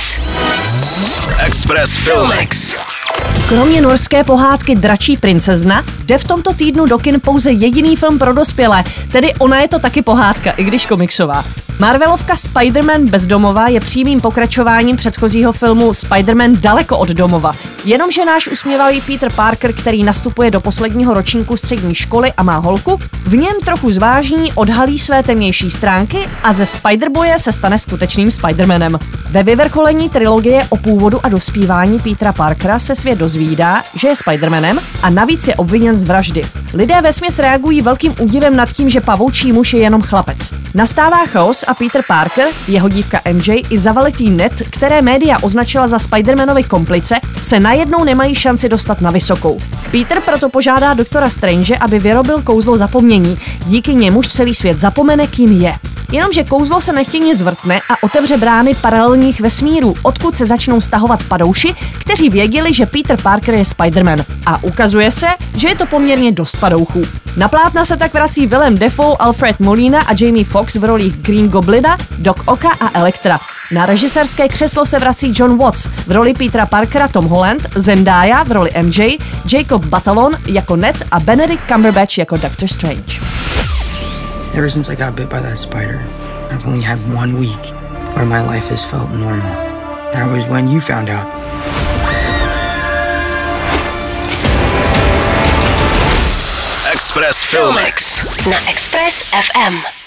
Express Filmex. Kromě norské pohádky Dračí princezna jde v tomto týdnu do kin pouze jediný film pro dospělé, tedy ona je to taky pohádka, i když komiksová. Marvelovka Spider-Man bez domova je přímým pokračováním předchozího filmu Spider-Man daleko od domova. Jenomže náš usměvavý Peter Parker, který nastupuje do posledního ročníku střední školy a má holku, v něm trochu zvážní, odhalí své temnější stránky a ze Spider-boye se stane skutečným Spider-Manem. Ve vyvrcholení trilogie o původu a dospívání Petera Parkera se svět dozvídá, že je Spider-Manem a navíc je obviněn z vraždy. Lidé vesměs reagují velkým údivem nad tím, že pavoučí muž je jenom chlapec. Nastává chaos a Peter Parker, jeho dívka MJ i zavalitý Ned, které média označila za Spider-Manovi komplice, se najednou nemají šanci dostat na vysokou. Peter proto požádá doktora Strange, aby vyrobil kouzlo zapomnění, díky němuž celý svět zapomene, kým je. Jenomže kouzlo se nechtěně zvrtne a otevře brány paralelních vesmírů, odkud se začnou stahovat padouši, kteří věděli, že Peter Parker je Spider-Man. A ukazuje se, že je to poměrně dost padouchů. Na plátna se tak vrací Willem Dafoe, Alfred Molina a Jamie Foxx v rolích Green Goblina, Doc Ocka a Elektra. Na režisérské křeslo se vrací John Watts v roli Petera Parkera, Tom Holland, Zendaya v roli MJ, Jacob Batalon jako Ned a Benedict Cumberbatch jako Doctor Strange. Ever since I got bit by that spider, I've only had 1 week where my life has felt normal. That was when you found out. Express Filmex. Na Express FM.